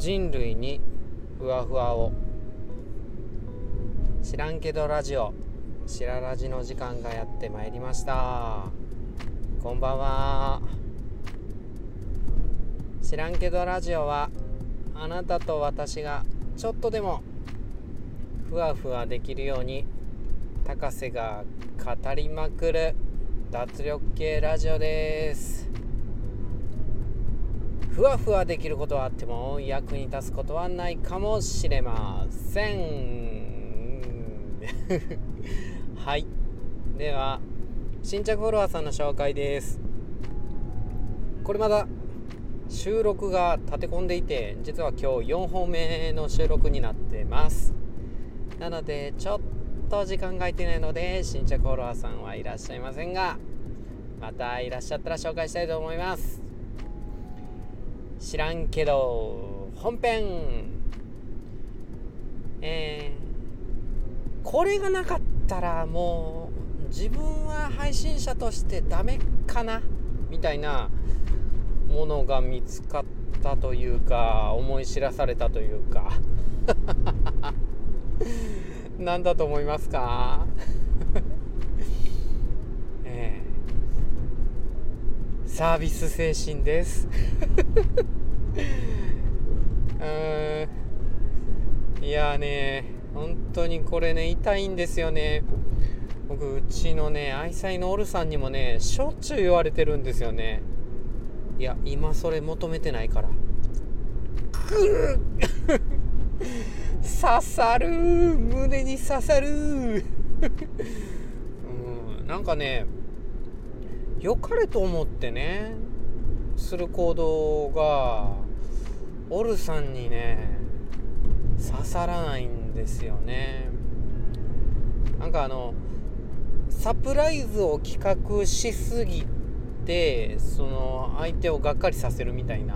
人類にふわふわを。知らんけどラジオ、しらラジの時間がやってまいりました。こんばんは。知らんけどラジオは、あなたと私がちょっとでもふわふわできるように高瀬が語りまくる脱力系ラジオです。ふわふわできることはあっても役に立つことはないかもしれませんはい、では新着フォロワーさんの紹介です。これまだ収録が立て込んでいて、実は今日4本目の収録になってます。なのでちょっと時間が空いてないので新着フォロワーさんはいらっしゃいませんが、またいらっしゃったら紹介したいと思います。知らんけど本編、これがなかったらもう自分は配信者としてダメかなみたいなものが見つかったというか、思い知らされたというか何だと思いますかサービス精神ですいやね、本当にこれね痛いんですよね。僕うちのね愛妻のオルさんにもねしょっちゅう言われてるんですよね。いや今それ求めてないから刺さる、胸に刺さるなんかね良かれと思ってねする行動がオルさんにね刺さらないんですよね。なんかサプライズを企画しすぎてその相手をがっかりさせるみたいな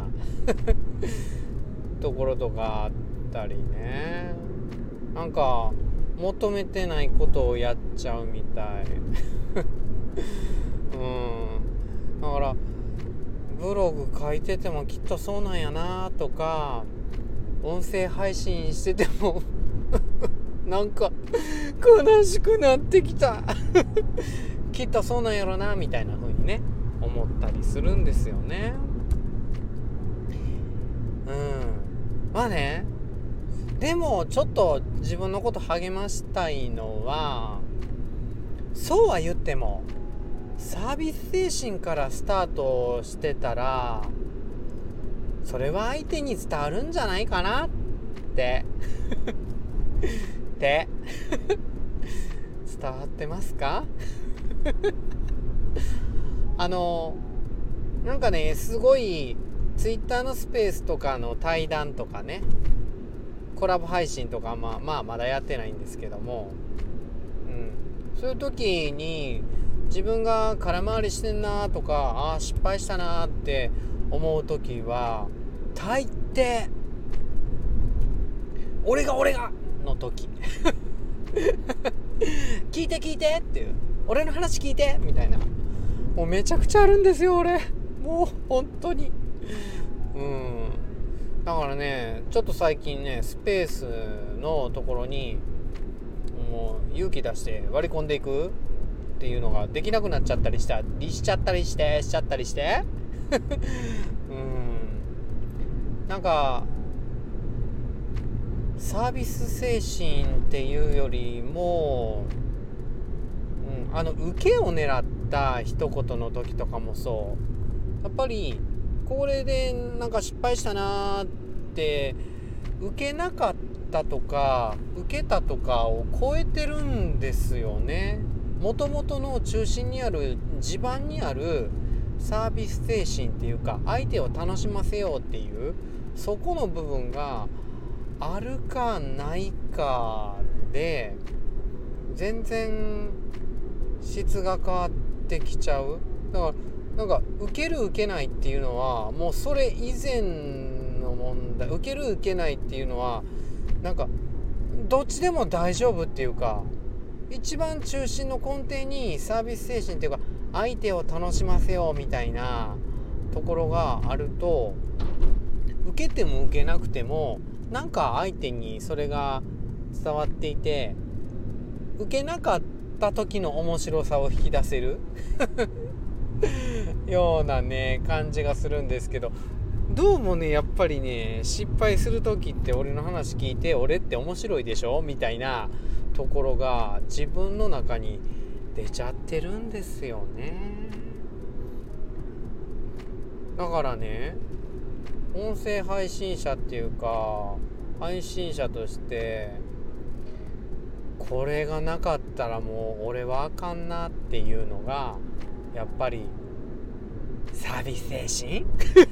ところとかあったりね、なんか求めてないことをやっちゃうみたいだからブログ書いててもきっとそうなんやなとか、音声配信しててもなんか悲しくなってきたきっとそうなんやろなみたいな風にね思ったりするんですよね。まあね、でもちょっと自分のこと励ましたいのは、そうは言ってもサービス精神からスタートしてたらそれは相手に伝わるんじゃないかなってって伝わってますかなんかねすごいツイッターのスペースとかの対談とかねコラボ配信とかまだやってないんですけども、そういう時に自分が空回りしてんなとか失敗したなって思う時は大抵俺がの時聞いてっていう、俺の話聞いてみたいな、もうめちゃくちゃあるんですよ俺、もう本当にだからねちょっと最近ねスペースのところにもう勇気出して割り込んでいくっていうのができなくなっちゃったりしてなんかサービス精神っていうよりも、受けを狙った一言の時とかもそう、やっぱりこれでなんか失敗したなって受けなかったとか受けたとかを超えてるんですよね。元々の中心にある地盤にあるサービス精神っていうか、相手を楽しませようっていうそこの部分があるかないかで全然質が変わってきちゃう。だからなんか受ける受けないっていうのはもうそれ以前の問題。受ける受けないっていうのはなんかどっちでも大丈夫っていうか、一番中心の根底にサービス精神っていうか相手を楽しませようみたいなところがあると受けても受けなくてもなんか相手にそれが伝わっていて、受けなかった時の面白さを引き出せるようなね感じがするんですけど、どうもねやっぱりね失敗する時って俺の話聞いて俺って面白いでしょみたいなところが自分の中に出ちゃってるんですよね。だからね音声配信者っていうか配信者としてこれがなかったらもう俺はあかんなっていうのがやっぱりサービス精神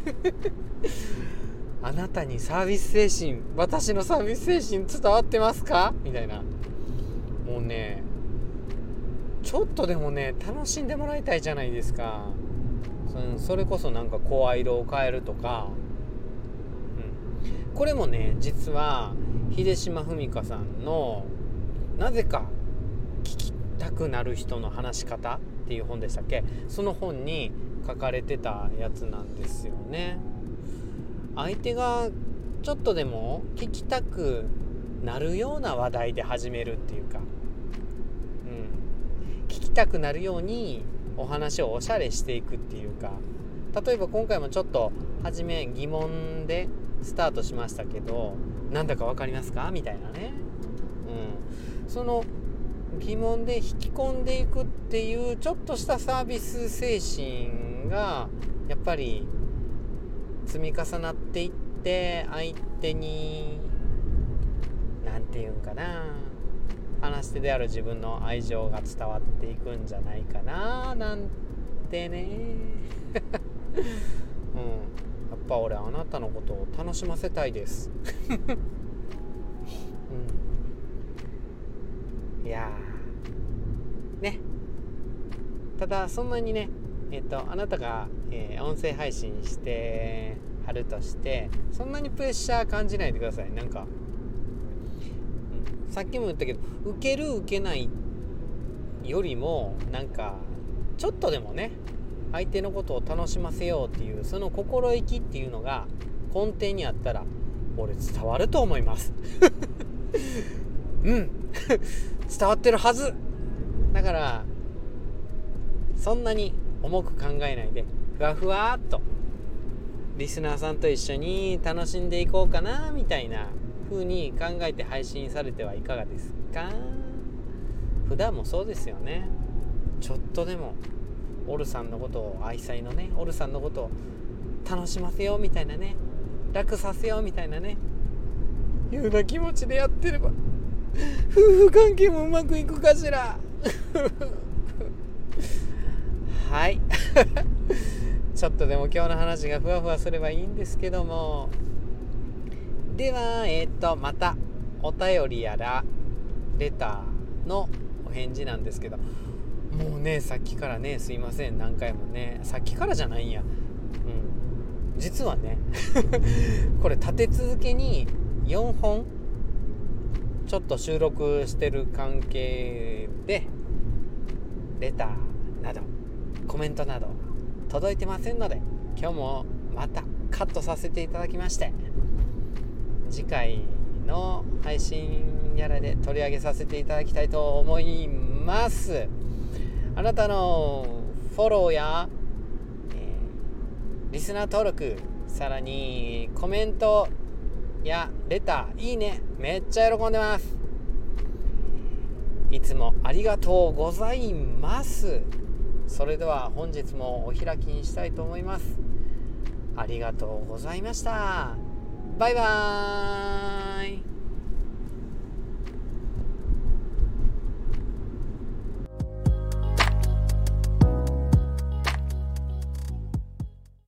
あなたにサービス精神、私のサービス精神伝わってますかみたいな。もうねちょっとでもね楽しんでもらいたいじゃないですか。それこそなんか声色を変えるとか、これもね実は秀島文香さんのなぜか聞きたくなる人の話し方っていう本でしたっけ、その本に書かれてたやつなんですよね。相手がちょっとでも聞きたくなるような話題で始めるっていうか、聞きたくなるようにお話をおしゃれしていくっていうか、例えば今回もちょっと初め疑問でスタートしましたけど、なんだかわかりますかみたいなね、その疑問で引き込んでいくっていうちょっとしたサービス精神がやっぱり積み重なっていって、相手になんていうんかな、話し手である自分の愛情が伝わっていくんじゃないかななんてねやっぱ俺あなたのことを楽しませたいですいやね、ただそんなにねあなたが、音声配信してはるとしてそんなにプレッシャー感じないでください。なんか、さっきも言ったけど受ける受けないよりもなんかちょっとでもね相手のことを楽しませようっていうその心意気っていうのが根底にあったら俺伝わると思います伝わってるはずだから、そんなに重く考えないでふわふわっとリスナーさんと一緒に楽しんでいこうかなみたいな風に考えて配信されてはいかがですか。普段もそうですよね。ちょっとでもオルさんのことを愛妻のねオルさんのことを楽しませようみたいなね、楽させようみたいなねいうような気持ちでやってれば夫婦関係もうまくいくかしらはいちょっとでも今日の話がふわふわすればいいんですけども、ではまたお便りやらレターのお返事なんですけど、もうねさっきからねすいません何回もね、さっきからじゃないんや、実はねこれ立て続けに4本ちょっと収録してる関係でレターなどコメントなど届いてませんので、今日もまたカットさせていただきまして、次回の配信やらで取り上げさせていただきたいと思います。あなたのフォローや、リスナー登録、さらにコメントやレター、いいね、めっちゃ喜んでます。いつもありがとうございます。それでは本日もお開きにしたいと思います。ありがとうございました。バイバーイ。